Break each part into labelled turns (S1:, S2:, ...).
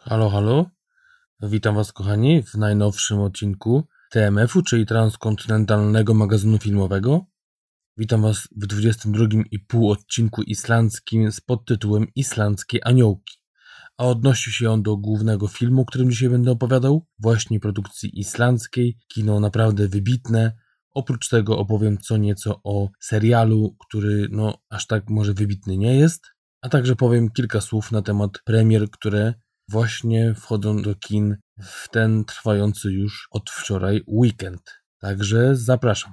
S1: Halo, halo. Witam Was, kochani, w najnowszym odcinku TMF-u, czyli Transkontynentalnego Magazynu Filmowego. Witam Was w 22,5 odcinku islandzkim z podtytułem Islandzkie Aniołki. A odnosi się on do głównego filmu, o którym dzisiaj będę opowiadał, właśnie produkcji islandzkiej. Kino naprawdę wybitne. Oprócz tego opowiem co nieco o serialu, który aż tak może wybitny nie jest. A także powiem kilka słów na temat premier, które właśnie wchodzą do kin w ten trwający już od wczoraj weekend. Także zapraszam.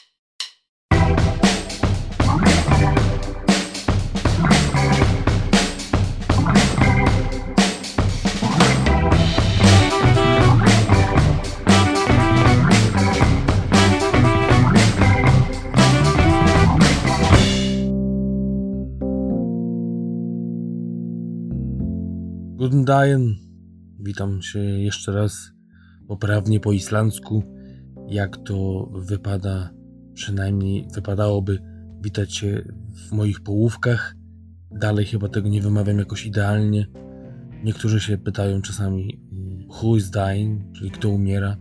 S1: Guten Dagen. Witam się jeszcze raz poprawnie po islandzku, jak to wypada, przynajmniej wypadałoby witać się w moich połówkach. Dalej chyba tego nie wymawiam jakoś idealnie. Niektórzy się pytają czasami who is dying, czyli kto umiera.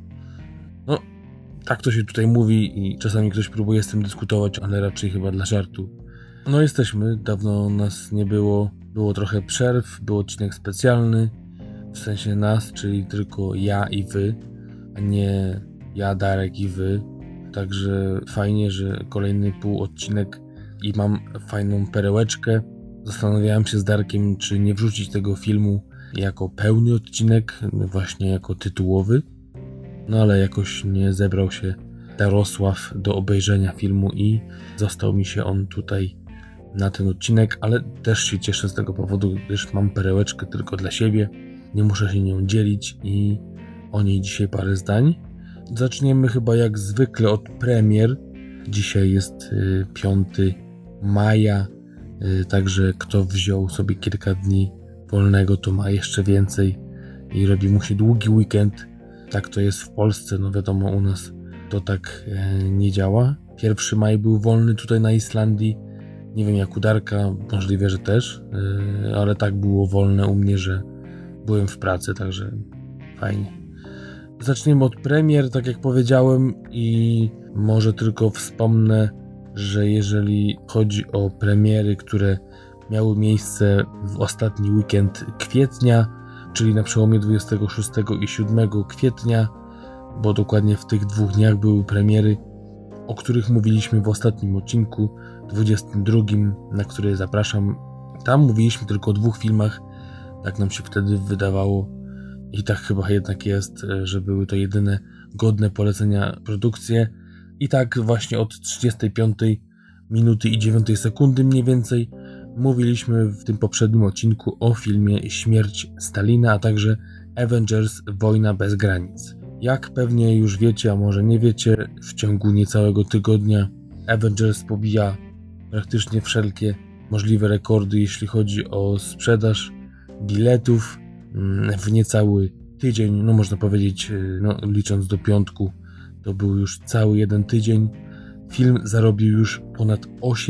S1: Tak to się tutaj mówi i czasami ktoś próbuje z tym dyskutować, ale raczej chyba dla żartu. Jesteśmy, dawno nas nie było. Było trochę przerw, był odcinek specjalny, w sensie nas, czyli tylko ja i wy, a nie ja, Darek i wy. Także fajnie, że kolejny półodcinek i mam fajną perełeczkę. Zastanawiałem się z Darkiem, czy nie wrzucić tego filmu jako pełny odcinek, właśnie jako tytułowy. Ale jakoś nie zebrał się Darosław do obejrzenia filmu i został mi się on tutaj na ten odcinek, ale też się cieszę z tego powodu, gdyż mam perełeczkę tylko dla siebie, nie muszę się nią dzielić i o niej dzisiaj parę zdań. Zaczniemy chyba jak zwykle od premier. Dzisiaj jest 5 maja, także kto wziął sobie kilka dni wolnego, to ma jeszcze więcej i robi mu się długi weekend. Tak to jest w Polsce, wiadomo, u nas to tak nie działa. 1 maj był wolny tutaj na Islandii. Nie wiem jak u Darka, możliwe, że też, ale tak było wolne u mnie, że byłem w pracy, także fajnie. Zaczniemy od premier, tak jak powiedziałem, i może tylko wspomnę, że jeżeli chodzi o premiery, które miały miejsce w ostatni weekend kwietnia, czyli na przełomie 26 i 7 kwietnia, bo dokładnie w tych 2 dniach były premiery, o których mówiliśmy w ostatnim odcinku, 22, na który zapraszam. Tam mówiliśmy tylko o 2 filmach, tak nam się wtedy wydawało i tak chyba jednak jest, że były to jedyne godne polecenia produkcje. I tak właśnie od 35 minuty i 9 sekundy mniej więcej mówiliśmy w tym poprzednim odcinku o filmie Śmierć Stalina, a także Avengers Wojna bez granic. Jak pewnie już wiecie, a może nie wiecie, w ciągu niecałego tygodnia Avengers pobija praktycznie wszelkie możliwe rekordy, jeśli chodzi o sprzedaż biletów. W niecały tydzień, można powiedzieć, licząc do piątku, to był już cały jeden tydzień. Film zarobił już ponad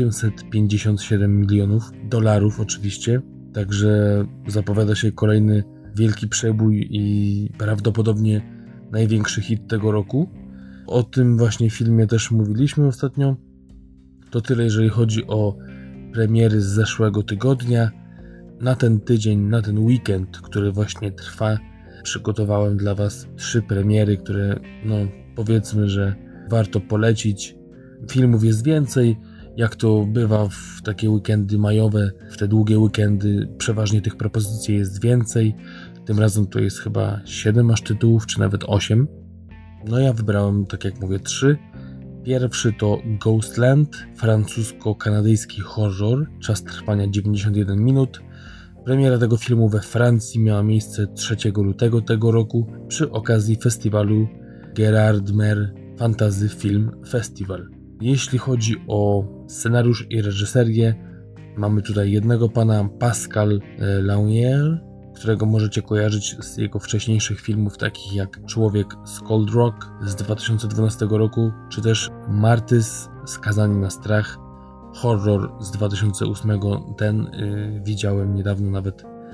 S1: 857 milionów dolarów oczywiście, także zapowiada się kolejny wielki przebój i prawdopodobnie największy hit tego roku. O tym właśnie filmie też mówiliśmy ostatnio. To tyle, jeżeli chodzi o premiery z zeszłego tygodnia. Na ten tydzień, na ten weekend, który właśnie trwa, przygotowałem dla Was 3 premiery, które powiedzmy, że warto polecić. Filmów jest więcej, jak to bywa w takie weekendy majowe, w te długie weekendy przeważnie tych propozycji jest więcej. Tym razem to jest chyba 7 aż tytułów, czy nawet 8. Ja wybrałem, tak jak mówię, 3. Pierwszy to Ghostland, francusko-kanadyjski horror, czas trwania 91 minut. Premiera tego filmu we Francji miała miejsce 3 lutego tego roku przy okazji festiwalu Gérardmer Fantasy Film Festival. Jeśli chodzi o scenariusz i reżyserię, mamy tutaj jednego pana, Pascal Launier, którego możecie kojarzyć z jego wcześniejszych filmów takich jak Człowiek z Cold Rock z 2012 roku, czy też Martys, Skazani na strach, horror z 2008. Ten widziałem niedawno nawet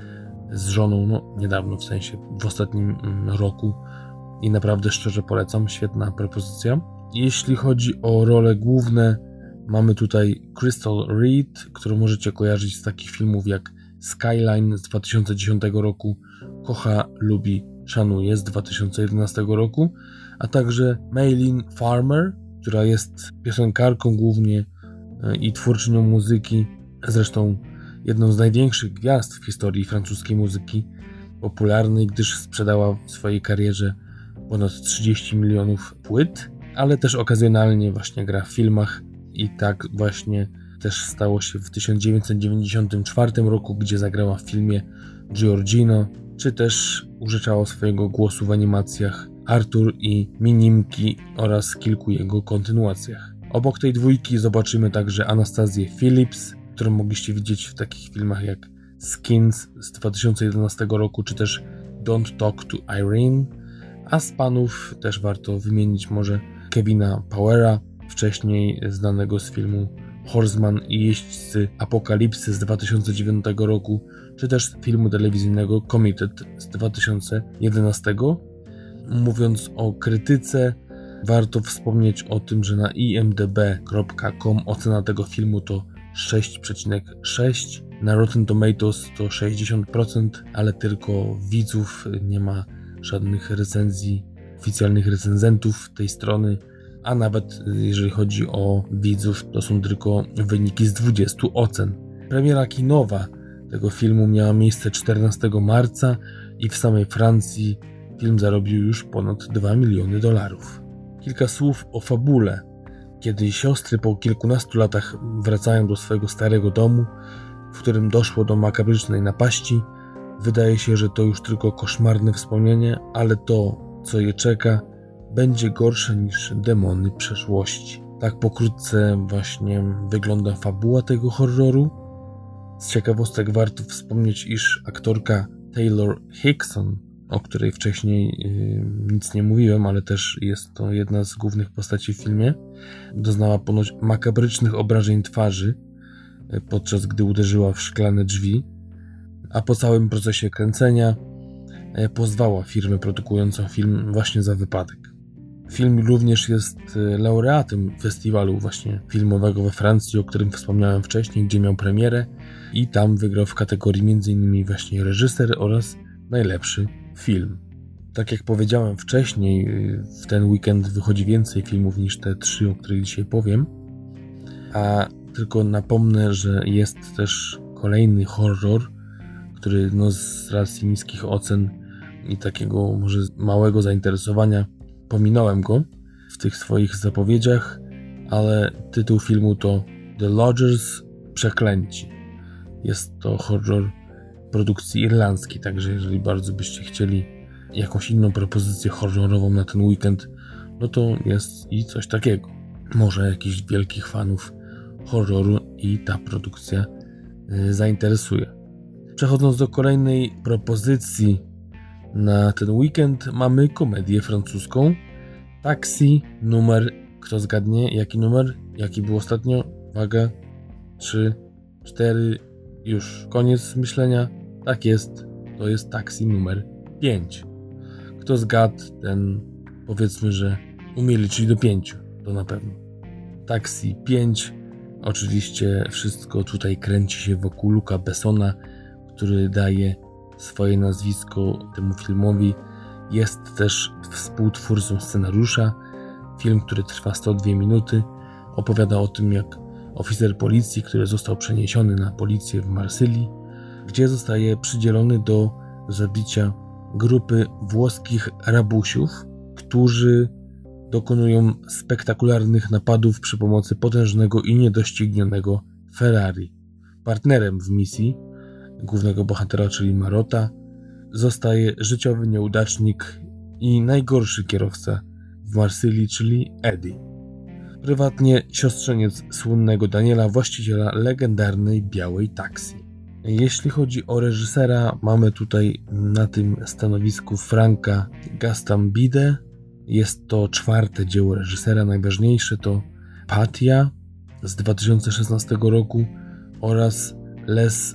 S1: z żoną, no niedawno, w sensie w ostatnim roku, i naprawdę szczerze polecam, świetna propozycja. Jeśli chodzi o role główne, mamy tutaj Crystal Reed, którą możecie kojarzyć z takich filmów jak Skyline z 2010 roku, Kocha, lubi, szanuje z 2011 roku, a także Maylin Farmer, która jest piosenkarką głównie i twórczynią muzyki, zresztą jedną z największych gwiazd w historii francuskiej muzyki popularnej, gdyż sprzedała w swojej karierze ponad 30 milionów płyt, ale też okazjonalnie właśnie gra w filmach i tak właśnie też stało się w 1994 roku, gdzie zagrała w filmie Giorgino, czy też użyczała swojego głosu w animacjach Arthur i Minimki oraz kilku jego kontynuacjach. Obok tej dwójki zobaczymy także Anastazję Phillips, którą mogliście widzieć w takich filmach jak Skins z 2011 roku, czy też Don't Talk to Irene, a z panów też warto wymienić może Kevina Powera, wcześniej znanego z filmu Horseman i jeźdźcy Apokalipsy z 2009 roku, czy też filmu telewizyjnego Committed z 2011. Mówiąc o krytyce, warto wspomnieć o tym, że na imdb.com ocena tego filmu to 6,6, na Rotten Tomatoes to 60%, ale tylko widzów, nie ma żadnych recenzji, oficjalnych recenzentów tej strony, a nawet jeżeli chodzi o widzów, to są tylko wyniki z 20 ocen. Premiera kinowa tego filmu miała miejsce 14 marca i w samej Francji film zarobił już ponad $2 miliony. Kilka słów o fabule. Kiedy siostry po kilkunastu latach wracają do swojego starego domu, w którym doszło do makabrycznej napaści, wydaje się, że to już tylko koszmarne wspomnienie, ale to, co je czeka, będzie gorsze niż demony przeszłości. Tak pokrótce właśnie wygląda fabuła tego horroru. Z ciekawostek warto wspomnieć, iż aktorka Taylor Hickson, o której wcześniej nic nie mówiłem, ale też jest to jedna z głównych postaci w filmie, doznała ponoć makabrycznych obrażeń twarzy, podczas gdy uderzyła w szklane drzwi, a po całym procesie kręcenia pozwała firmę produkującą film właśnie za wypadek. Film również jest laureatem festiwalu właśnie filmowego we Francji, o którym wspomniałem wcześniej, gdzie miał premierę i tam wygrał w kategorii m.in. właśnie reżyser oraz najlepszy film. Tak jak powiedziałem wcześniej, w ten weekend wychodzi więcej filmów niż te 3, o których dzisiaj powiem, a tylko napomnę, że jest też kolejny horror, który z racji niskich ocen i takiego może małego zainteresowania pominąłem go w tych swoich zapowiedziach, ale tytuł filmu to The Lodgers – Przeklęci. Jest to horror produkcji irlandzkiej, także jeżeli bardzo byście chcieli jakąś inną propozycję horrorową na ten weekend, no to jest i coś takiego. Może jakichś wielkich fanów horroru i ta produkcja zainteresuje. Przechodząc do kolejnej propozycji na ten weekend, mamy komedię francuską Taxi numer, kto zgadnie jaki numer, jaki był ostatnio? Uwaga, 3, 4, już koniec myślenia. Tak jest, to jest Taxi numer 5. Kto zgadł, ten powiedzmy, że umie liczyć do 5, to na pewno. Taxi 5, oczywiście wszystko tutaj kręci się wokół Luca Bessona, który daje swoje nazwisko temu filmowi. Jest też współtwórcą scenariusza. Film, który trwa 102 minuty, opowiada o tym, jak oficer policji, który został przeniesiony na policję w Marsylii, gdzie zostaje przydzielony do zabicia grupy włoskich rabusiów, którzy dokonują spektakularnych napadów przy pomocy potężnego i niedoścignionego Ferrari. Partnerem w misji głównego bohatera, czyli Marota, zostaje życiowy nieudacznik i najgorszy kierowca w Marsylii, czyli Eddie. Prywatnie siostrzeniec słynnego Daniela, właściciela legendarnej białej taksy. Jeśli chodzi o reżysera, mamy tutaj na tym stanowisku Franka Gastambide. Jest to 4. dzieło reżysera, najważniejsze to Patia z 2016 roku oraz Les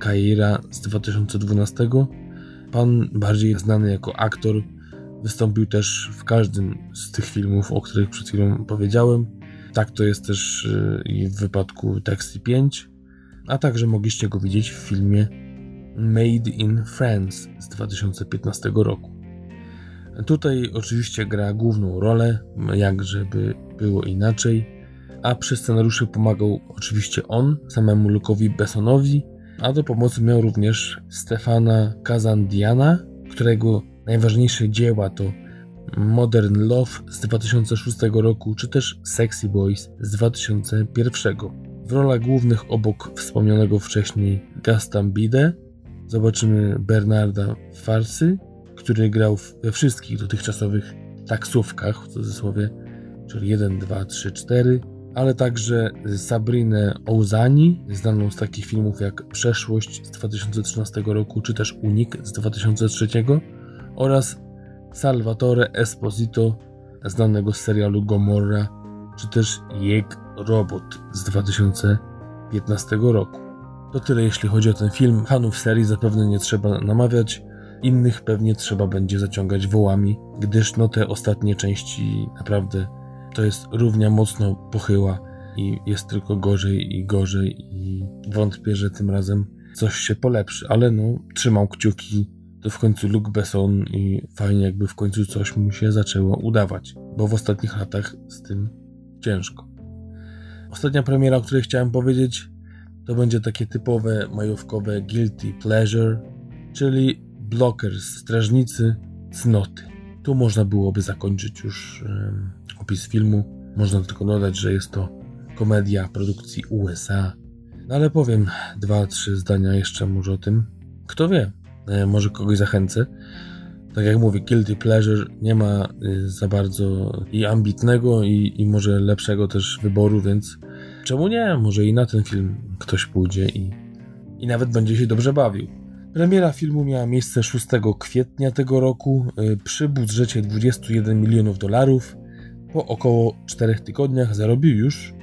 S1: Caira z 2012. Pan, bardziej znany jako aktor, wystąpił też w każdym z tych filmów, o których przed chwilą powiedziałem. Tak to jest też i w wypadku Taxi 5, a także mogliście go widzieć w filmie Made in France z 2015 roku. Tutaj oczywiście gra główną rolę, jakżeby było inaczej, a przy scenariuszu pomagał oczywiście on, samemu Lucowi Bessonowi, a do pomocy miał również Stefana Kazandiana, którego najważniejsze dzieła to Modern Love z 2006 roku, czy też Sexy Boys z 2001. W rolach głównych obok wspomnianego wcześniej Gastambide zobaczymy Bernarda Farsy, który grał we wszystkich dotychczasowych taksówkach, w cudzysłowie, czyli 1, 2, 3, 4, ale także Sabrinę Ouzani, znaną z takich filmów jak Przeszłość z 2013 roku, czy też Unik z 2003, oraz Salvatore Esposito, znanego z serialu Gomorra, czy też Jeg Robot z 2015 roku. To tyle jeśli chodzi o ten film. Fanów serii zapewne nie trzeba namawiać, innych pewnie trzeba będzie zaciągać wołami, gdyż te ostatnie części naprawdę to jest równia mocno pochyła i jest tylko gorzej i wątpię, że tym razem coś się polepszy, ale trzymam kciuki, to w końcu Luc Besson i fajnie jakby w końcu coś mu się zaczęło udawać, bo w ostatnich latach z tym ciężko. Ostatnia premiera, o której chciałem powiedzieć, to będzie takie typowe majówkowe guilty pleasure, czyli Blockers, Strażnicy Cnoty. Tu można byłoby zakończyć już opis filmu. Można tylko dodać, że jest to komedia produkcji USA. No ale powiem 2-3 zdania jeszcze może o tym. Kto wie, może kogoś zachęcę. Tak jak mówię, guilty pleasure nie ma za bardzo i ambitnego i może lepszego też wyboru, więc czemu nie? Może i na ten film ktoś pójdzie i nawet będzie się dobrze bawił. Premiera filmu miała miejsce 6 kwietnia tego roku przy budżecie $21 milionów. Po około 4 tygodniach zarobił już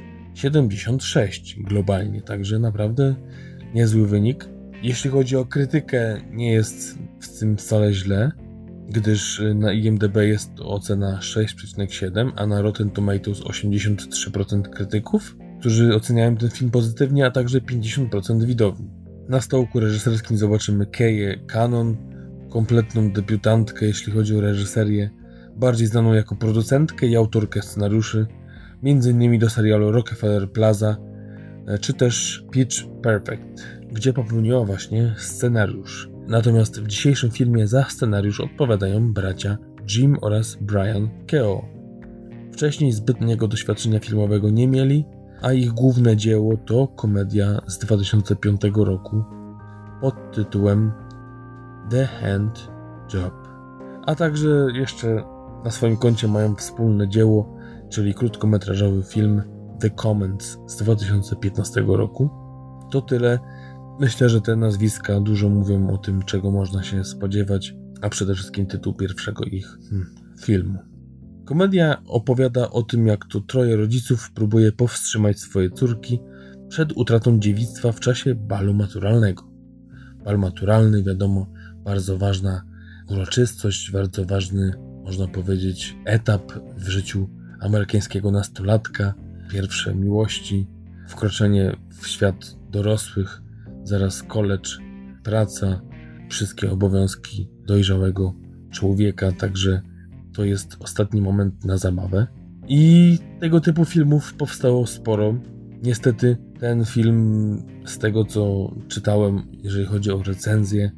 S1: 76 globalnie, także naprawdę niezły wynik. Jeśli chodzi o krytykę, nie jest w tym wcale źle, gdyż na IMDb jest to ocena 6,7, a na Rotten Tomatoes 83% krytyków, którzy oceniają ten film pozytywnie, a także 50% widowni. Na stołku reżyserskim zobaczymy Keję Cannon, kompletną debiutantkę jeśli chodzi o reżyserię, bardziej znaną jako producentkę i autorkę scenariuszy, m.in. do serialu Rockefeller Plaza, czy też Pitch Perfect, gdzie popełniła właśnie scenariusz. Natomiast w dzisiejszym filmie za scenariusz odpowiadają bracia Jim oraz Brian Keough. Wcześniej zbytniego doświadczenia filmowego nie mieli, a ich główne dzieło to komedia z 2005 roku pod tytułem The Hand Job. A także jeszcze na swoim koncie mają wspólne dzieło, czyli krótkometrażowy film The Comments z 2015 roku. To tyle. Myślę, że te nazwiska dużo mówią o tym, czego można się spodziewać, a przede wszystkim tytuł pierwszego ich filmu. Komedia opowiada o tym, jak to 3 rodziców próbuje powstrzymać swoje córki przed utratą dziewictwa w czasie balu maturalnego. Bal maturalny, wiadomo, bardzo ważna uroczystość, bardzo ważny, można powiedzieć, etap w życiu amerykańskiego nastolatka, pierwsze miłości, wkroczenie w świat dorosłych, zaraz college, praca, wszystkie obowiązki dojrzałego człowieka, także to jest ostatni moment na zabawę. I tego typu filmów powstało sporo. Niestety ten film, z tego co czytałem, jeżeli chodzi o recenzję,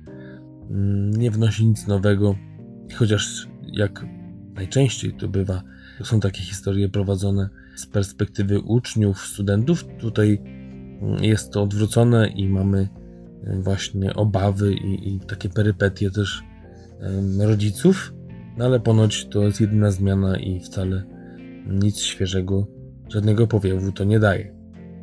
S1: nie wnosi nic nowego. Chociaż jak najczęściej to bywa, to są takie historie prowadzone z perspektywy uczniów, studentów. Tutaj jest to odwrócone i mamy właśnie obawy i takie perypetie też rodziców. No ale ponoć to jest jedyna zmiana i wcale nic świeżego, żadnego powiewu to nie daje.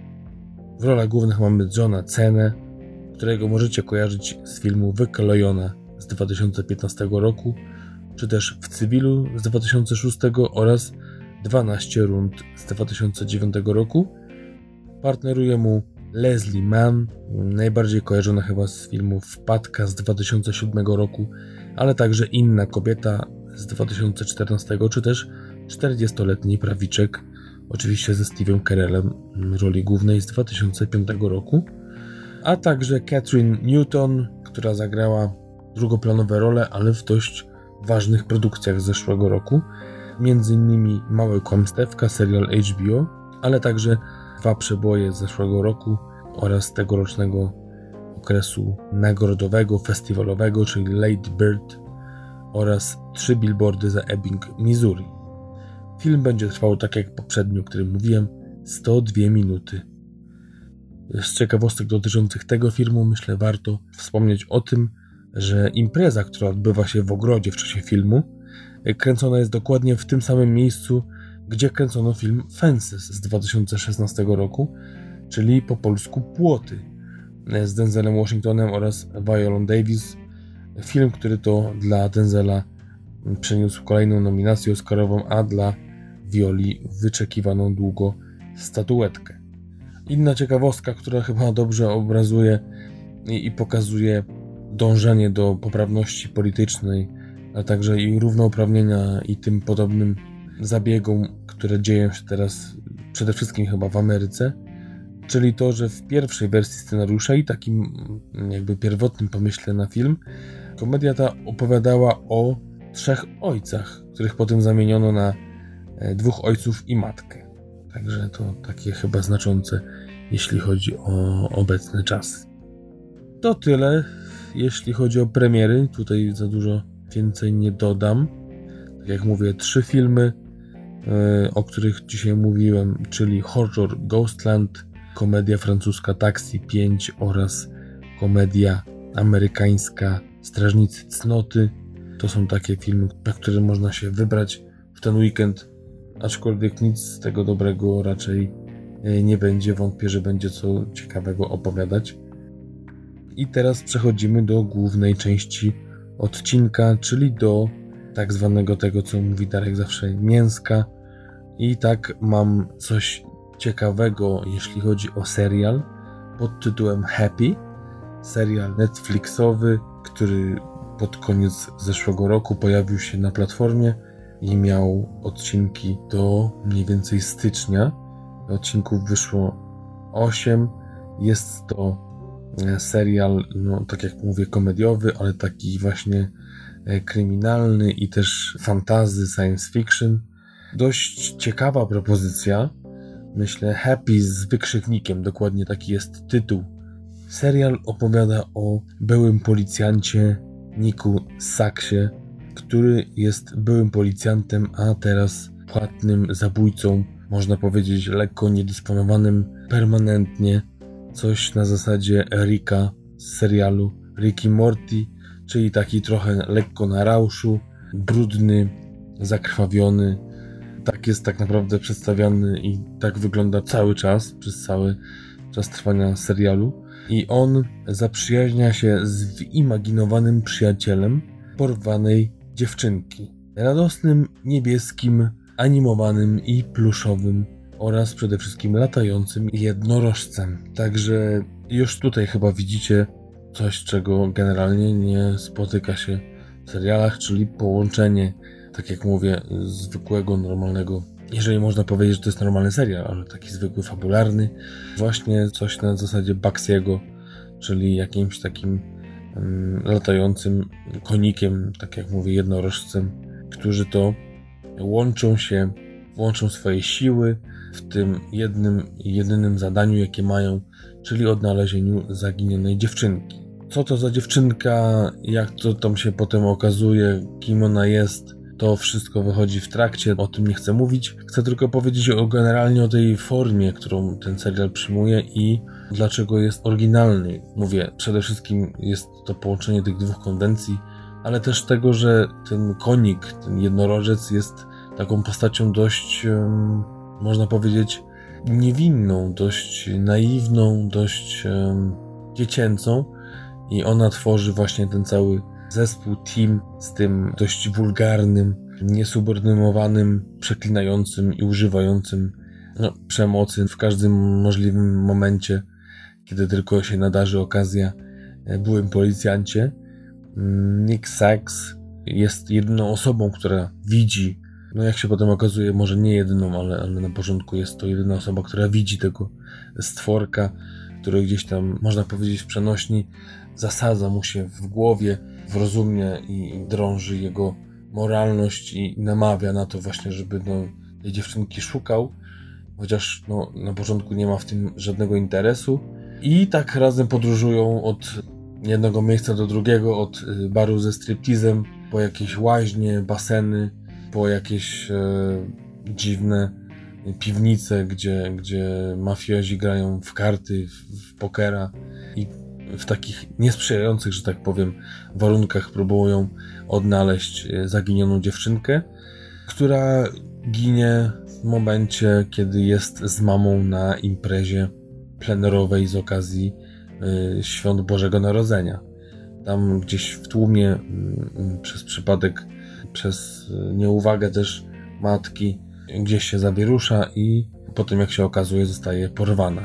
S1: W rolach głównych mamy Johna Cenę, którego możecie kojarzyć z filmu Wykolejona z 2015 roku, czy też W cywilu z 2006 oraz 12 rund z 2009 roku. Partneruje mu Leslie Mann, najbardziej kojarzona chyba z filmu Wpadka z 2007 roku, ale także Inna kobieta z 2014, czy też 40-letni prawiczek, oczywiście ze Stevem Carellem w roli głównej z 2005 roku, a także Catherine Newton, która zagrała drugoplanowe role, ale w dość ważnych produkcjach z zeszłego roku, m.in. Małe kłamstewka, serial HBO, ale także 2 przeboje z zeszłego roku oraz tegorocznego okresu nagrodowego, festiwalowego, czyli Late Bird oraz 3 billboardy za Ebbing, Missouri. Film będzie trwał, tak jak poprzednio, o którym mówiłem, 102 minuty. Z ciekawostek dotyczących tego filmu myślę warto wspomnieć o tym, że impreza, która odbywa się w ogrodzie w czasie filmu, kręcona jest dokładnie w tym samym miejscu, gdzie kręcono film Fences z 2016 roku, czyli po polsku Płoty, z Denzelem Washingtonem oraz Violą Davis. Film, który to dla Denzela przyniósł kolejną nominację oscarową, a dla Violi wyczekiwaną długo statuetkę. Inna ciekawostka, która chyba dobrze obrazuje i pokazuje dążenie do poprawności politycznej, a także i równouprawnienia i tym podobnym zabiegom, które dzieją się teraz przede wszystkim chyba w Ameryce, czyli to, że w pierwszej wersji scenariusza i takim jakby pierwotnym pomyśle na film, komedia ta opowiadała o 3 ojcach, których potem zamieniono na 2 ojców i matkę. Także to takie chyba znaczące, jeśli chodzi o obecny czas. To tyle, jeśli chodzi o premiery. Tutaj za dużo więcej nie dodam. Tak jak mówię, 3 filmy, o których dzisiaj mówiłem, czyli horror Ghostland, komedia francuska Taxi 5 oraz komedia amerykańska Strażnicy Cnoty. To są takie filmy, na które można się wybrać w ten weekend, aczkolwiek nic z tego dobrego raczej nie będzie. Wątpię, że będzie co ciekawego opowiadać. I teraz przechodzimy do głównej części odcinka, czyli do tak zwanego tego, co mówi Darek zawsze, mięska. I tak mam coś ciekawego, jeśli chodzi o serial pod tytułem Happy. Serial Netflixowy, który pod koniec zeszłego roku pojawił się na platformie i miał odcinki do mniej więcej stycznia. Odcinków wyszło 8. Jest to serial, no tak jak mówię, komediowy, ale taki właśnie kryminalny i też fantasy, science fiction. Dość ciekawa propozycja. Myślę, Happy z wykrzyknikiem, dokładnie taki jest tytuł. Serial opowiada o byłym policjancie Niku Sacksie, który jest byłym policjantem, a teraz płatnym zabójcą, można powiedzieć lekko niedysponowanym permanentnie. Coś na zasadzie Ricka z serialu Rick i Morty, czyli taki trochę lekko na rauszu, brudny, zakrwawiony. Tak jest tak naprawdę przedstawiany i tak wygląda cały czas, przez cały czas trwania serialu. I on zaprzyjaźnia się z wyimaginowanym przyjacielem porwanej dziewczynki. Radosnym, niebieskim, animowanym i pluszowym oraz przede wszystkim latającym jednorożcem. Także już tutaj chyba widzicie coś, czego generalnie nie spotyka się w serialach, czyli połączenie, tak jak mówię, zwykłego, normalnego, jeżeli można powiedzieć, że to jest normalny serial, ale taki zwykły, fabularny, właśnie coś na zasadzie Bucksiego, czyli jakimś takim latającym konikiem, tak jak mówię, jednorożcem, którzy to łączą swoje siły w tym jedynym zadaniu, jakie mają, czyli odnalezieniu zaginionej dziewczynki. Co to za dziewczynka, jak to tam się potem okazuje, kim ona jest, to wszystko wychodzi w trakcie, o tym nie chcę mówić. Chcę tylko powiedzieć generalnie o tej formie, którą ten serial przyjmuje i dlaczego jest oryginalny. Mówię, przede wszystkim jest to połączenie tych 2 konwencji, ale też tego, że ten konik, ten jednorożec jest taką postacią dość, można powiedzieć, niewinną, dość naiwną, dość dziecięcą i ona tworzy właśnie ten cały zespół, team z tym dość wulgarnym, niesubordynowanym, przeklinającym i używającym przemocy w każdym możliwym momencie kiedy tylko się nadarzy okazja, byłym policjancie. Nick Sachs jest jedyną osobą, która widzi, no jak się potem okazuje, może nie jedyną, ale na początku jest to jedyna osoba, która widzi tego stworka, który gdzieś tam, można powiedzieć w przenośni, zasadza mu się w głowie, wrozumie i drąży jego moralność i namawia na to właśnie, żeby tej dziewczynki szukał, chociaż na początku nie ma w tym żadnego interesu. I tak razem podróżują od jednego miejsca do drugiego, od baru ze striptizem, po jakieś łaźnie, baseny, po jakieś dziwne piwnice, gdzie mafiozi grają w karty, w pokera i w takich niesprzyjających, że tak powiem, warunkach próbują odnaleźć zaginioną dziewczynkę, która ginie w momencie, kiedy jest z mamą na imprezie plenerowej z okazji Świąt Bożego Narodzenia. Tam gdzieś w tłumie, przez przypadek, przez nieuwagę też matki, gdzieś się zawierusza i potem, jak się okazuje, zostaje porwana.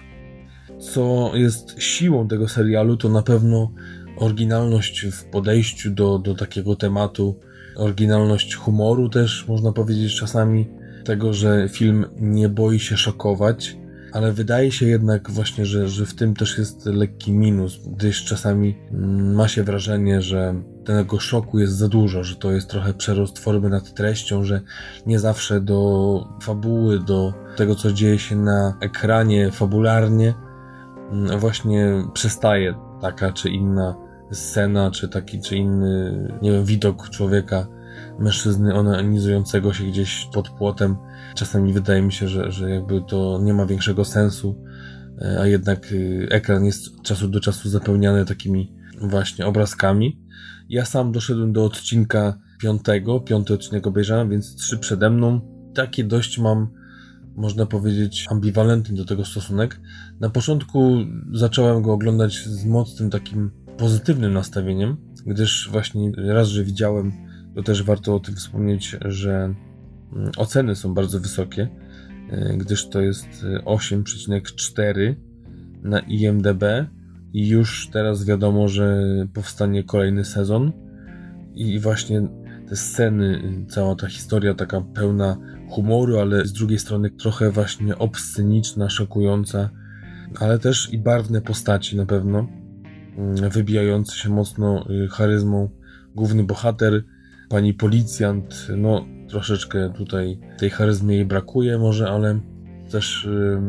S1: Co jest siłą tego serialu, to na pewno oryginalność w podejściu do takiego tematu, oryginalność humoru też, można powiedzieć czasami, tego, że film nie boi się szokować, ale wydaje się jednak właśnie, że w tym też jest lekki minus, gdyż czasami ma się wrażenie, że tego szoku jest za dużo, że to jest trochę przerost formy nad treścią, że nie zawsze do fabuły, do tego, co dzieje się na ekranie fabularnie, właśnie przystaje taka czy inna scena, czy taki czy inny, nie wiem, widok człowieka, mężczyzny onanizującego się gdzieś pod płotem. Czasami wydaje mi się, że jakby to nie ma większego sensu, a jednak ekran jest od czasu do czasu zapełniany takimi właśnie obrazkami. Ja sam doszedłem do odcinka 5. Piąty odcinek obejrzałem, więc 3 przede mną. Taki dość mam, można powiedzieć, ambiwalentny do tego stosunek. Na początku zacząłem go oglądać z mocnym takim pozytywnym nastawieniem, gdyż właśnie raz, że widziałem, to też warto o tym wspomnieć, że oceny są bardzo wysokie, gdyż to jest 8,4 na IMDb i już teraz wiadomo, że powstanie kolejny sezon i właśnie te sceny, cała ta historia taka pełna humoru, ale z drugiej strony trochę właśnie obsceniczna, szokująca, ale też i barwne postaci na pewno, wybijający się mocno charyzmą główny bohater, pani policjant, troszeczkę tutaj tej charyzmy jej brakuje może, ale też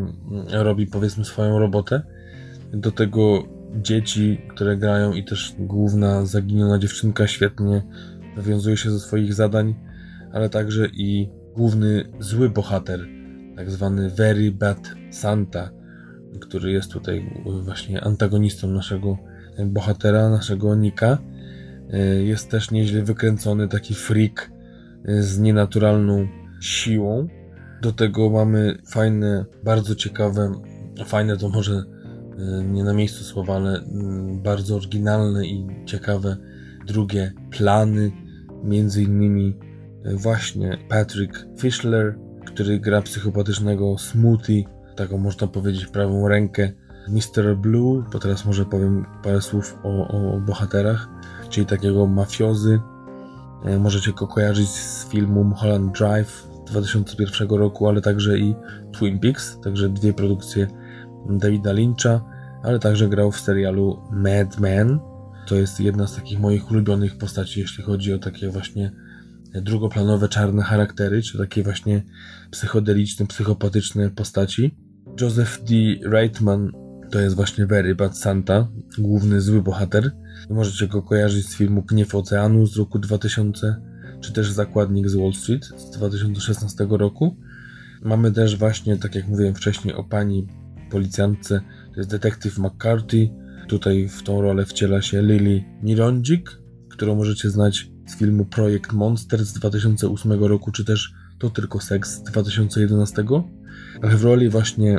S1: robi, powiedzmy, swoją robotę. Do tego dzieci, które grają, i też główna zaginiona dziewczynka świetnie nawiązuje się do swoich zadań, ale także i główny zły bohater, tak zwany Very Bad Santa, który jest tutaj właśnie antagonistą naszego bohatera, naszego Nicka. Jest też nieźle wykręcony, taki freak z nienaturalną siłą. Do tego mamy fajne, bardzo ciekawe, fajne to może nie na miejscu słowa, ale bardzo oryginalne i ciekawe drugie plany, między innymi właśnie Patrick Fischler, który gra psychopatycznego Smoothie, taką można powiedzieć prawą rękę Mr. Blue, bo teraz może powiem parę słów o bohaterach, czyli takiego mafiozy. Możecie go kojarzyć z filmu Mulholland Drive 2001 roku, ale także i Twin Peaks, także 2 produkcje Davida Lyncha, ale także grał w serialu Mad Men. To jest jedna z takich moich ulubionych postaci, jeśli chodzi o takie właśnie drugoplanowe, czarne charaktery, czy takie właśnie psychodeliczne, psychopatyczne postaci. Joseph D. Reitman to jest właśnie Very Bad Santa, główny zły bohater. Możecie go kojarzyć z filmu Gniew Oceanu z roku 2000, czy też Zakładnik z Wall Street z 2016 roku. Mamy też właśnie, tak jak mówiłem wcześniej, o pani policjantce, to jest detektyw McCarthy. Tutaj w tą rolę wciela się Lily Nirodzik, którą możecie znać z filmu Projekt Monster z 2008 roku, czy też To tylko seks z 2011. Ale w roli właśnie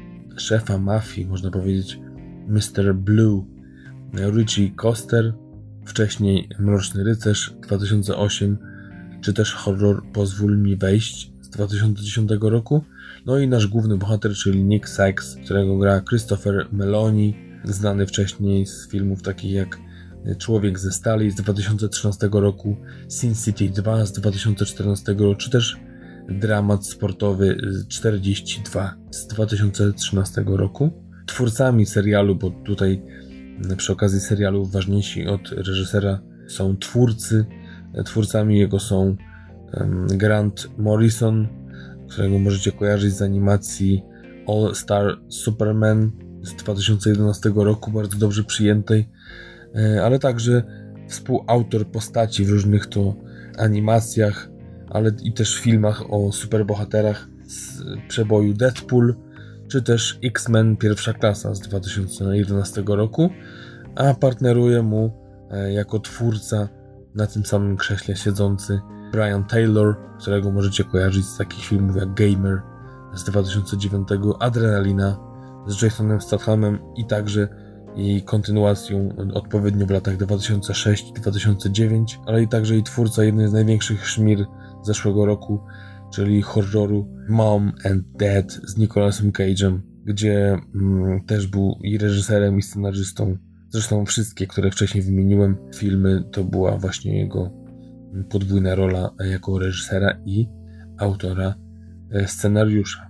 S1: szefa mafii, można powiedzieć, Mr. Blue, Richie Koster, wcześniej Mroczny Rycerz 2008, czy też horror Pozwól mi wejść z 2010 roku. No i nasz główny bohater, czyli Nick Sykes, którego gra Christopher Meloni, znany wcześniej z filmów takich jak Człowiek ze stali z 2013 roku, Sin City 2 z 2014 roku, czy też dramat sportowy 42 z 2013 roku. Twórcami serialu, bo tutaj przy okazji serialu ważniejsi od reżysera są twórcy. Twórcami jego są Grant Morrison, którego możecie kojarzyć z animacji All Star Superman z 2011 roku, bardzo dobrze przyjętej, ale także współautor postaci w różnych to animacjach, ale i też filmach o superbohaterach z przeboju Deadpool, czy też X-Men Pierwsza Klasa z 2011 roku, a partneruje mu jako twórca na tym samym krześle siedzący Brian Taylor, którego możecie kojarzyć z takich filmów jak Gamer z 2009, Adrenalina z Jasonem Stathamem i także jej kontynuacją odpowiednio w latach 2006-2009, ale i także i twórca jednej z największych szmir zeszłego roku, czyli horroru Mom and Dad z Nicolasem Cage'em, gdzie też był i reżyserem, i scenarzystą. Zresztą wszystkie, które wcześniej wymieniłem, filmy, to była właśnie jego podwójna rola jako reżysera i autora scenariusza.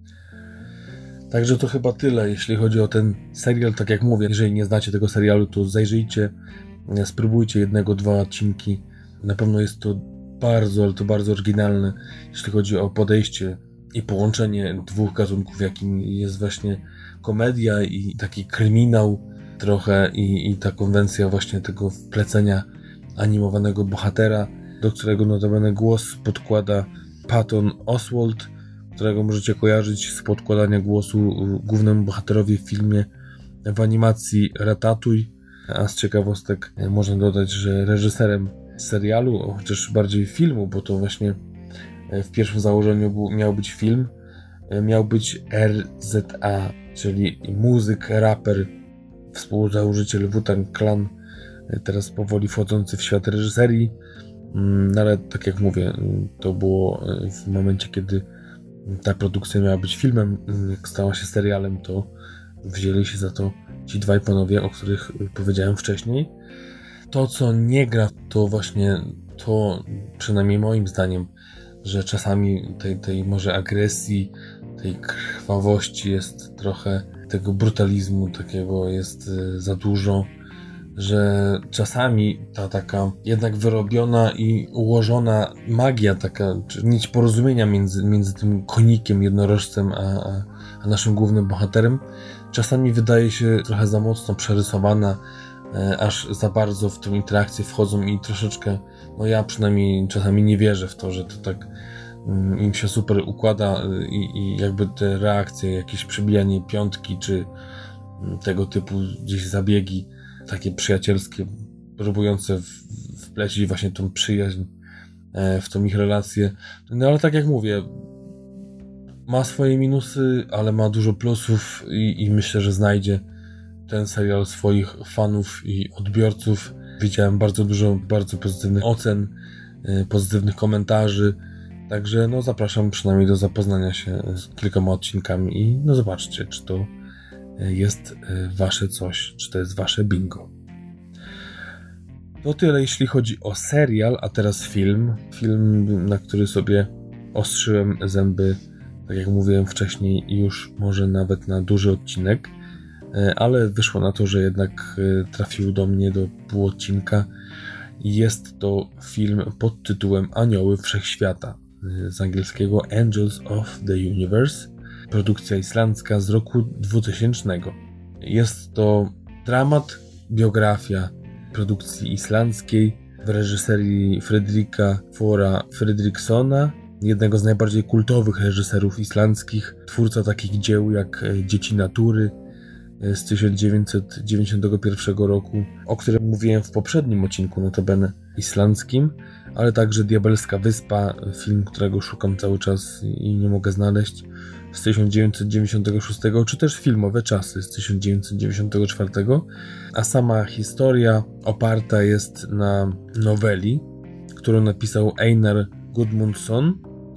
S1: Także to chyba tyle, jeśli chodzi o ten serial. Tak jak mówię, jeżeli nie znacie tego serialu, to zajrzyjcie, spróbujcie 1-2 odcinki. Na pewno jest to bardzo, ale to bardzo oryginalne, jeśli chodzi o podejście i połączenie dwóch gatunków, jakim jest właśnie komedia i taki kryminał trochę i ta konwencja właśnie tego wplecenia animowanego bohatera, do którego notabene głos podkłada Patton Oswalt, którego możecie kojarzyć z podkładania głosu głównemu bohaterowi w filmie w animacji Ratatouille, a z ciekawostek można dodać, że reżyserem serialu, chociaż bardziej filmu, bo to właśnie w pierwszym założeniu miał być film, miał być RZA, czyli muzyk, raper, współzałożyciel Wu-Tang Clan, teraz powoli wchodzący w świat reżyserii, no ale tak jak mówię, to było w momencie, kiedy ta produkcja miała być filmem, jak stała się serialem, to wzięli się za to ci dwaj panowie, o których powiedziałem wcześniej. To, co nie gra, to właśnie to, przynajmniej moim zdaniem, że czasami tej może agresji, tej krwawości jest trochę, tego brutalizmu takiego jest za dużo, że czasami ta taka jednak wyrobiona i ułożona magia, taka czy nić porozumienia między tym konikiem, jednorożcem a naszym głównym bohaterem, czasami wydaje się trochę za mocno przerysowana, aż za bardzo w tę interakcję wchodzą i troszeczkę, no ja przynajmniej czasami nie wierzę w to, że to tak im się super układa i jakby te reakcje, jakieś przybijanie piątki, czy tego typu gdzieś zabiegi takie przyjacielskie, próbujące wplecić właśnie tą przyjaźń w tą ich relację. No ale tak jak mówię, ma swoje minusy, ale ma dużo plusów i myślę, że znajdzie ten serial swoich fanów i odbiorców. Widziałem bardzo dużo bardzo pozytywnych ocen, pozytywnych komentarzy, także no zapraszam przynajmniej do zapoznania się z kilkoma odcinkami i no zobaczcie, czy to jest wasze coś, czy to jest wasze bingo. To tyle, jeśli chodzi o serial, a teraz film. Film, na który sobie ostrzyłem zęby, tak jak mówiłem wcześniej, już może nawet na duży odcinek, ale wyszło na to, że jednak trafił do mnie do pół odcinka. Jest to film pod tytułem Anioły Wszechświata, z angielskiego Angels of the Universe, produkcja islandzka z roku 2000. Jest to dramat, biografia produkcji islandzkiej w reżyserii Fredrika Þóra Fredrikssona, jednego z najbardziej kultowych reżyserów islandzkich, twórca takich dzieł jak Dzieci Natury z 1991 roku, o którym mówiłem w poprzednim odcinku, notabene islandzkim, ale także Diabelska Wyspa, film, którego szukam cały czas i nie mogę znaleźć, z 1996, czy też Filmowe Czasy z 1994, a sama historia oparta jest na noweli, którą napisał Einar Guðmundsson,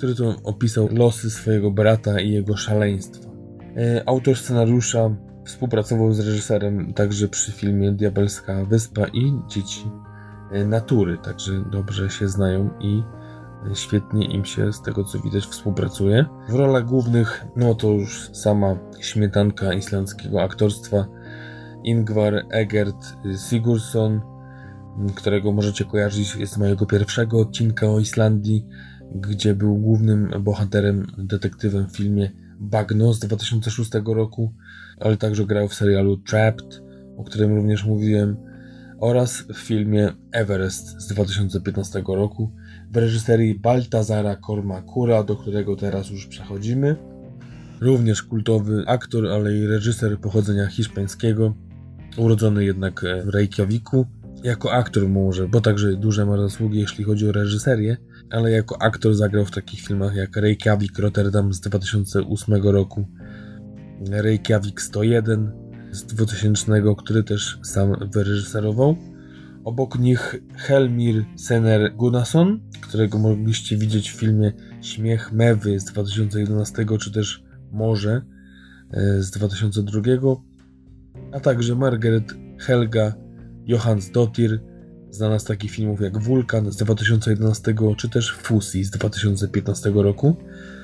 S1: który to opisał losy swojego brata i jego szaleństwa. Autor scenariusza współpracował z reżyserem także przy filmie Diabelska Wyspa i Dzieci Natury, także dobrze się znają i świetnie im się, z tego co widać, współpracuje. W rolach głównych, no to już sama śmietanka islandzkiego aktorstwa, Ingvar Egert Sigurðsson, którego możecie kojarzyć z mojego pierwszego odcinka o Islandii, gdzie był głównym bohaterem, detektywem w filmie Bagno z 2006 roku, ale także grał w serialu Trapped, o którym również mówiłem, oraz w filmie Everest z 2015 roku w reżyserii Baltazara Kormakura, do którego teraz już przechodzimy. Również kultowy aktor, ale i reżyser pochodzenia hiszpańskiego, urodzony jednak w Reykjaviku. Jako aktor może, bo także duże ma zasługi, jeśli chodzi o reżyserię, ale jako aktor zagrał w takich filmach jak Reykjavik Rotterdam z 2008 roku, Reykjavik 101 z 2000, który też sam wyreżyserował. Obok nich Helmir Sener Gunnarsson, którego mogliście widzieć w filmie Śmiech Mewy z 2011, czy też Morze z 2002, a także Margaret Helga Johansdottir, znana z takich filmów jak Wulkan z 2011, czy też Fusi z 2015 roku.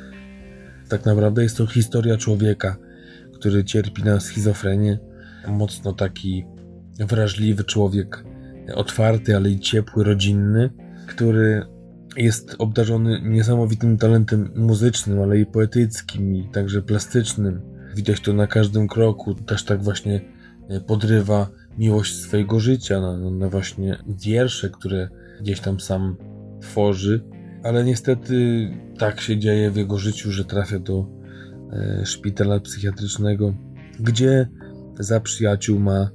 S1: Tak naprawdę jest to historia człowieka, który cierpi na schizofrenię. Mocno taki wrażliwy człowiek, otwarty, ale i ciepły, rodzinny, który jest obdarzony niesamowitym talentem muzycznym, ale i poetyckim, i także plastycznym. Widać to na każdym kroku. Też tak właśnie podrywa miłość swojego życia na właśnie wiersze, które gdzieś tam sam tworzy. Ale niestety tak się dzieje w jego życiu, że trafia do szpitala psychiatrycznego, gdzie za przyjaciół ma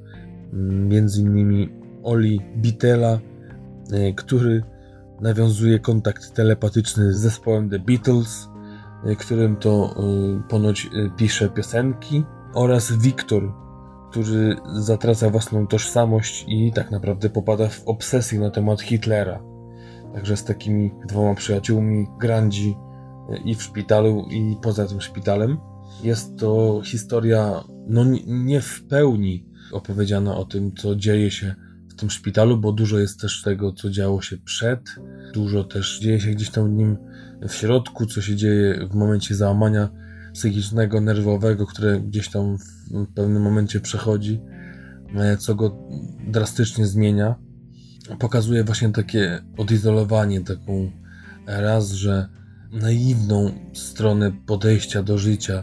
S1: m.in. Oli Bittela, który nawiązuje kontakt telepatyczny z zespołem The Beatles, którym to ponoć pisze piosenki, oraz Wiktor, który zatraca własną tożsamość i tak naprawdę popada w obsesję na temat Hitlera. Także z takimi dwoma przyjaciółmi grandzi i w szpitalu, i poza tym szpitalem. Jest to historia nie w pełni opowiedziana o tym, co dzieje się w tym szpitalu, bo dużo jest też tego, co działo się przed. Dużo też dzieje się gdzieś tam w nim w środku, co się dzieje w momencie załamania psychicznego, nerwowego, które gdzieś tam w pewnym momencie przechodzi, co go drastycznie zmienia. Pokazuje właśnie takie odizolowanie, taką raz, że naiwną stronę podejścia do życia,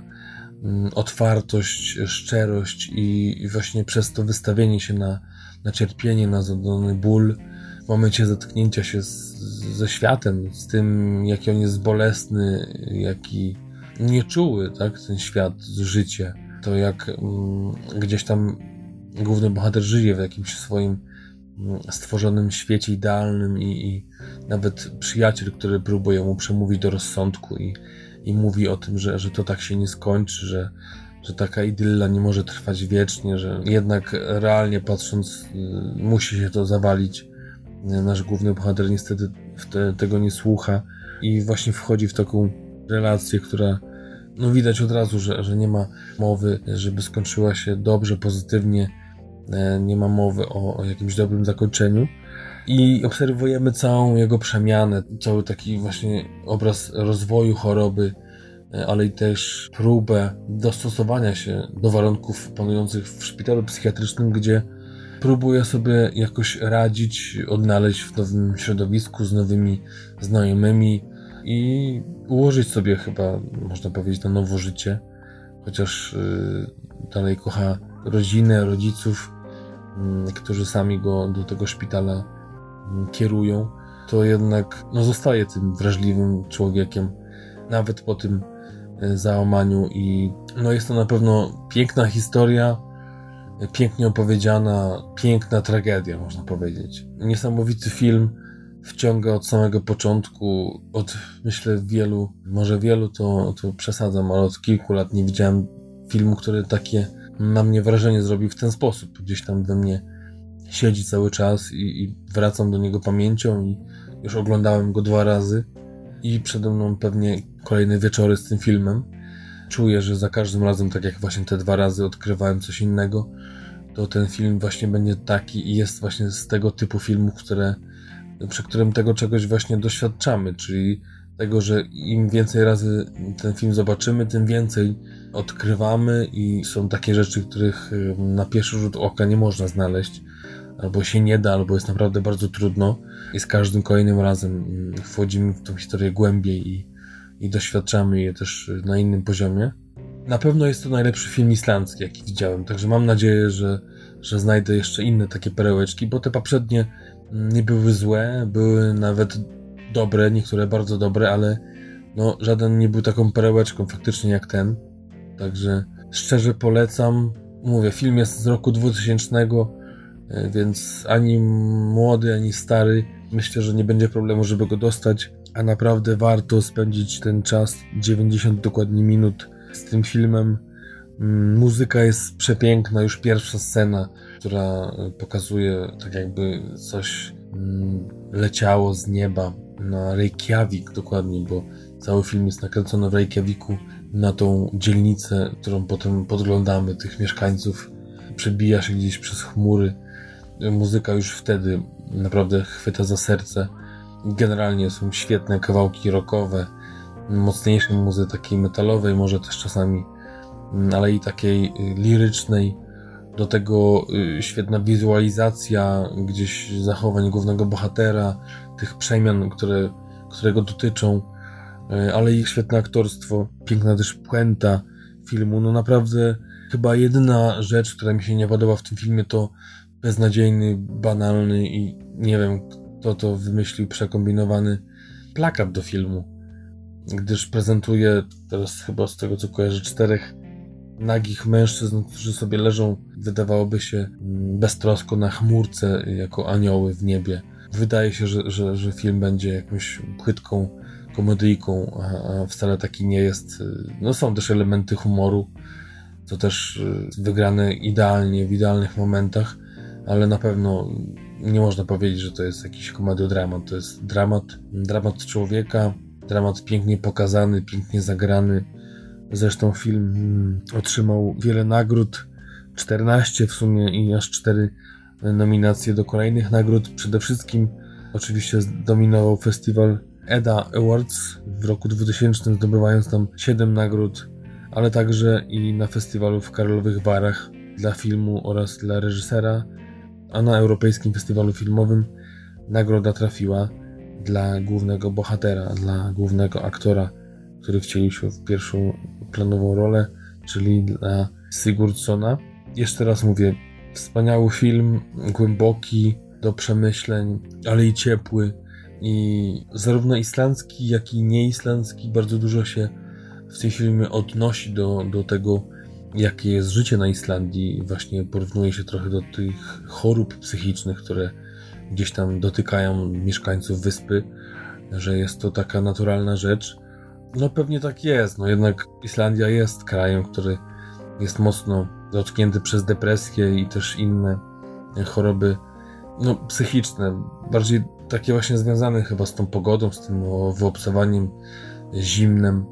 S1: otwartość, szczerość i właśnie przez to wystawienie się na cierpienie, na zadany ból w momencie zetknięcia się ze światem, z tym, jaki on jest bolesny, jaki nieczuły, tak, ten świat, życie, to jak gdzieś tam główny bohater żyje w jakimś swoim stworzonym świecie idealnym i nawet przyjaciel, który próbuje mu przemówić do rozsądku i mówi o tym, że to tak się nie skończy, że taka idylla nie może trwać wiecznie, że jednak realnie patrząc musi się to zawalić. Nasz główny bohater niestety tego nie słucha i właśnie wchodzi w taką relację, która widać od razu, że nie ma mowy, żeby skończyła się dobrze, pozytywnie, nie ma mowy o jakimś dobrym zakończeniu i obserwujemy całą jego przemianę, cały taki właśnie obraz rozwoju choroby, ale i też próbę dostosowania się do warunków panujących w szpitalu psychiatrycznym, gdzie próbuje sobie jakoś radzić, odnaleźć w nowym środowisku, z nowymi znajomymi i ułożyć sobie chyba, można powiedzieć, na nowo życie, chociaż dalej kocha rodzinę, rodziców, którzy sami go do tego szpitala kierują, to jednak zostaje tym wrażliwym człowiekiem, nawet po tym załamaniu i jest to na pewno piękna historia, pięknie opowiedziana, piękna tragedia, można powiedzieć. Niesamowity film, wciąga od samego początku, myślę wielu to przesadzam, ale od kilku lat nie widziałem filmu, który takie na mnie wrażenie zrobił w ten sposób. Gdzieś tam we mnie siedzi cały czas i wracam do niego pamięcią i już oglądałem go 2 razy. i przede mną pewnie kolejne wieczory z tym filmem. Czuję, że za każdym razem, tak jak właśnie te 2 razy odkrywałem coś innego, to ten film właśnie będzie taki i jest właśnie z tego typu filmów, przy którym tego czegoś właśnie doświadczamy, czyli tego, że im więcej razy ten film zobaczymy, tym więcej odkrywamy i są takie rzeczy, których na pierwszy rzut oka nie można znaleźć, albo się nie da, albo jest naprawdę bardzo trudno i z każdym kolejnym razem wchodzimy w tą historię głębiej i doświadczamy je też na innym poziomie. Na pewno jest to najlepszy film islandzki, jaki widziałem, także mam nadzieję, że znajdę jeszcze inne takie perełeczki, bo te poprzednie nie były złe, były nawet dobre, niektóre bardzo dobre, ale no żaden nie był taką perełeczką faktycznie jak ten. Także szczerze polecam. Mówię, film jest z roku 2000, więc ani młody, ani stary. Myślę, że nie będzie problemu, żeby go dostać, a naprawdę warto spędzić ten czas, 90 dokładnie minut z tym filmem. Muzyka jest przepiękna, już pierwsza scena, która pokazuje tak jakby coś leciało z nieba na Reykjavik dokładnie, bo cały film jest nakręcony w Reykjaviku, na tą dzielnicę, którą potem podglądamy, tych mieszkańców, przebija się gdzieś przez chmury. Muzyka już wtedy naprawdę chwyta za serce. Generalnie są świetne kawałki rockowe, mocniejszej muzy takiej metalowej, może też czasami, ale i takiej lirycznej. Do tego świetna wizualizacja gdzieś zachowań głównego bohatera, tych przemian, które go dotyczą, ale i świetne aktorstwo, piękna też puenta filmu. No naprawdę chyba jedyna rzecz, która mi się nie podoba w tym filmie, to beznadziejny, banalny i nie wiem kto to wymyślił, przekombinowany plakat do filmu, gdyż prezentuje teraz chyba z tego co kojarzę 4 nagich mężczyzn, którzy sobie leżą, wydawałoby się beztrosko na chmurce jako anioły w niebie. Wydaje się, że film będzie jakąś płytką komedyjką, a wcale taki nie jest. No są też elementy humoru, to też wygrane idealnie, w idealnych momentach, ale na pewno nie można powiedzieć, że to jest jakiś komediodramat. To jest dramat człowieka, dramat pięknie pokazany, pięknie zagrany. Zresztą film otrzymał wiele nagród, 14 w sumie i aż 4 nominacje do kolejnych nagród. Przede wszystkim oczywiście zdominował festiwal Edda Awards w roku 2000, zdobywając tam 7 nagród, ale także i na festiwalu w Karlowych Warach dla filmu oraz dla reżysera, a na Europejskim Festiwalu Filmowym nagroda trafiła dla głównego bohatera, dla głównego aktora, który wcielił się w pierwszą planową rolę, czyli dla Sigurdssona. Jeszcze raz mówię, wspaniały film, głęboki, do przemyśleń, ale i ciepły. I zarówno islandzki, jak i nieislandzki bardzo dużo się w tym filmie odnosi do tego, jakie jest życie na Islandii. Właśnie porównuje się trochę do tych chorób psychicznych, które gdzieś tam dotykają mieszkańców wyspy, że jest to taka naturalna rzecz. No pewnie tak jest, no jednak Islandia jest krajem, który jest mocno dotknięty przez depresję i też inne choroby psychiczne, bardziej takie właśnie związane chyba z tą pogodą, z tym wyobcowaniem zimnem.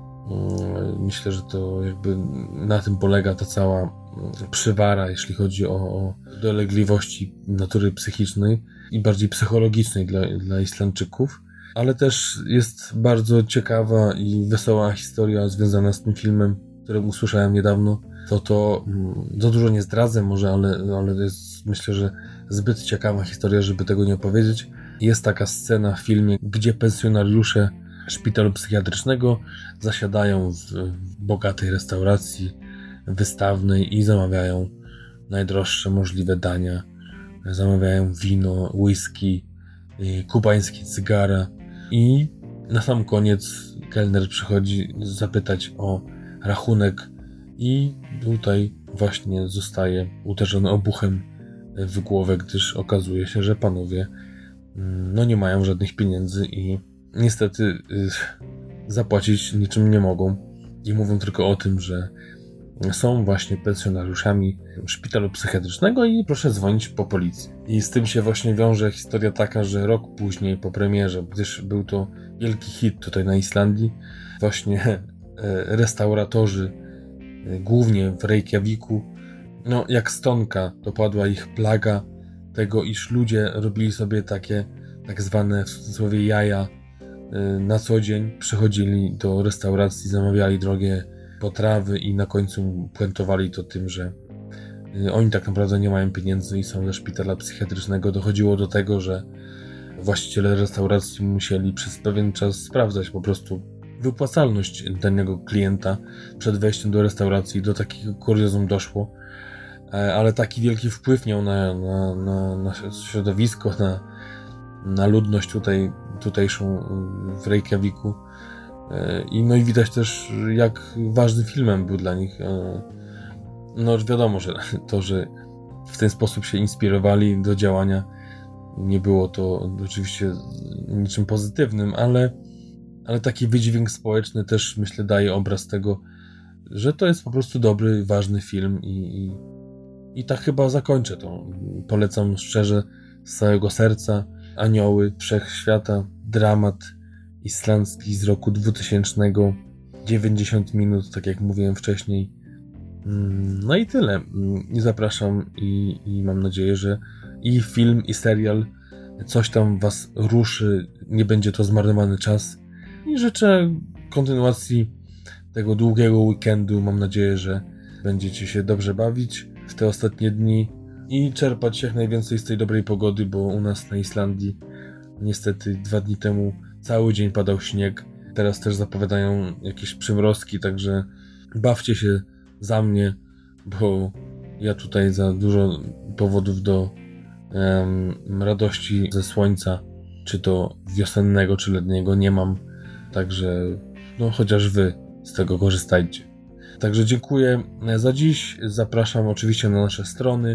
S1: Myślę, że to jakby na tym polega ta cała przywara, jeśli chodzi o dolegliwości natury psychicznej i bardziej psychologicznej dla Islandczyków. Ale też jest bardzo ciekawa i wesoła historia związana z tym filmem, którą usłyszałem niedawno. To za dużo nie zdradzę może, ale to jest, myślę, że zbyt ciekawa historia, żeby tego nie opowiedzieć. Jest taka scena w filmie, gdzie pensjonariusze szpitalu psychiatrycznego zasiadają w bogatej restauracji wystawnej i zamawiają najdroższe możliwe dania. Zamawiają wino, whisky, kubańskie cygara i na sam koniec kelner przychodzi zapytać o rachunek i tutaj właśnie zostaje uderzony obuchem w głowę, gdyż okazuje się, że panowie nie mają żadnych pieniędzy i niestety zapłacić niczym nie mogą i mówią tylko o tym, że są właśnie pensjonariuszami szpitalu psychiatrycznego i proszę dzwonić po policję. I z tym się właśnie wiąże historia taka, że rok później po premierze, gdyż był to wielki hit tutaj na Islandii, właśnie restauratorzy, głównie w Reykjaviku, no jak stonka dopadła ich plaga tego, iż ludzie robili sobie takie tak zwane w cudzysłowie jaja na co dzień, przychodzili do restauracji, zamawiali drogie potrawy i na końcu puentowali to tym, że oni tak naprawdę nie mają pieniędzy i są ze szpitala psychiatrycznego. Dochodziło do tego, że właściciele restauracji musieli przez pewien czas sprawdzać po prostu wypłacalność danego klienta przed wejściem do restauracji. Do takiego kuriozum doszło, ale taki wielki wpływ miał na środowisko, na ludność tutejszą w Reykjaviku. No i widać też, jak ważnym filmem był dla nich. No wiadomo, że to, że w ten sposób się inspirowali do działania, nie było to oczywiście niczym pozytywnym, ale taki wydźwięk społeczny też, myślę, daje obraz tego, że to jest po prostu dobry, ważny film i tak chyba zakończę to. Polecam szczerze, z całego serca. Anioły Wszechświata, dramat islandzki z roku 2000, 90 minut, tak jak mówiłem wcześniej. No i tyle. I zapraszam i mam nadzieję, że i film, i serial coś tam was ruszy, nie będzie to zmarnowany czas. I życzę kontynuacji tego długiego weekendu. Mam nadzieję, że będziecie się dobrze bawić w te ostatnie dni i czerpać jak najwięcej z tej dobrej pogody, bo u nas na Islandii niestety 2 dni temu cały dzień padał śnieg. Teraz też zapowiadają jakieś przymrozki, także bawcie się za mnie, bo ja tutaj za dużo powodów do radości ze słońca, czy to wiosennego, czy letniego, nie mam. Także no chociaż wy z tego korzystajcie. Także dziękuję za dziś. Zapraszam oczywiście na nasze strony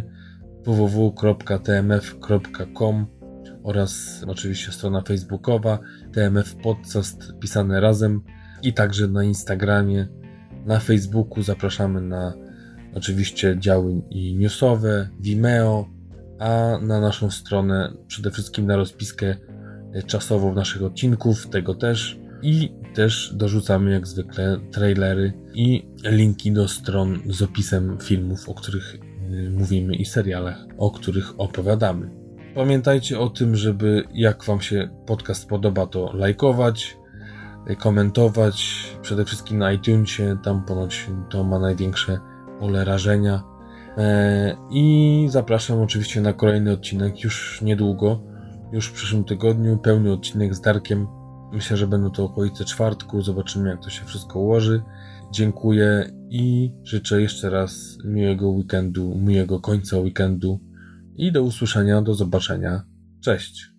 S1: www.tmf.com oraz oczywiście strona facebookowa TMF Podcast pisane razem i także na Instagramie, na Facebooku zapraszamy na oczywiście działy i newsowe, Vimeo, a na naszą stronę przede wszystkim na rozpiskę czasową naszych odcinków, tego też, i też dorzucamy jak zwykle trailery i linki do stron z opisem filmów, o których mówimy, i serialach, o których opowiadamy. Pamiętajcie o tym, żeby jak wam się podcast podoba, to lajkować, komentować, przede wszystkim na iTunesie, tam ponoć to ma największe pole rażenia. I zapraszam oczywiście na kolejny odcinek już niedługo, już w przyszłym tygodniu, pełny odcinek z Darkiem. Myślę, że będą to okolice czwartku, zobaczymy jak to się wszystko ułoży. Dziękuję i życzę jeszcze raz miłego weekendu, miłego końca weekendu i do usłyszenia, do zobaczenia. Cześć!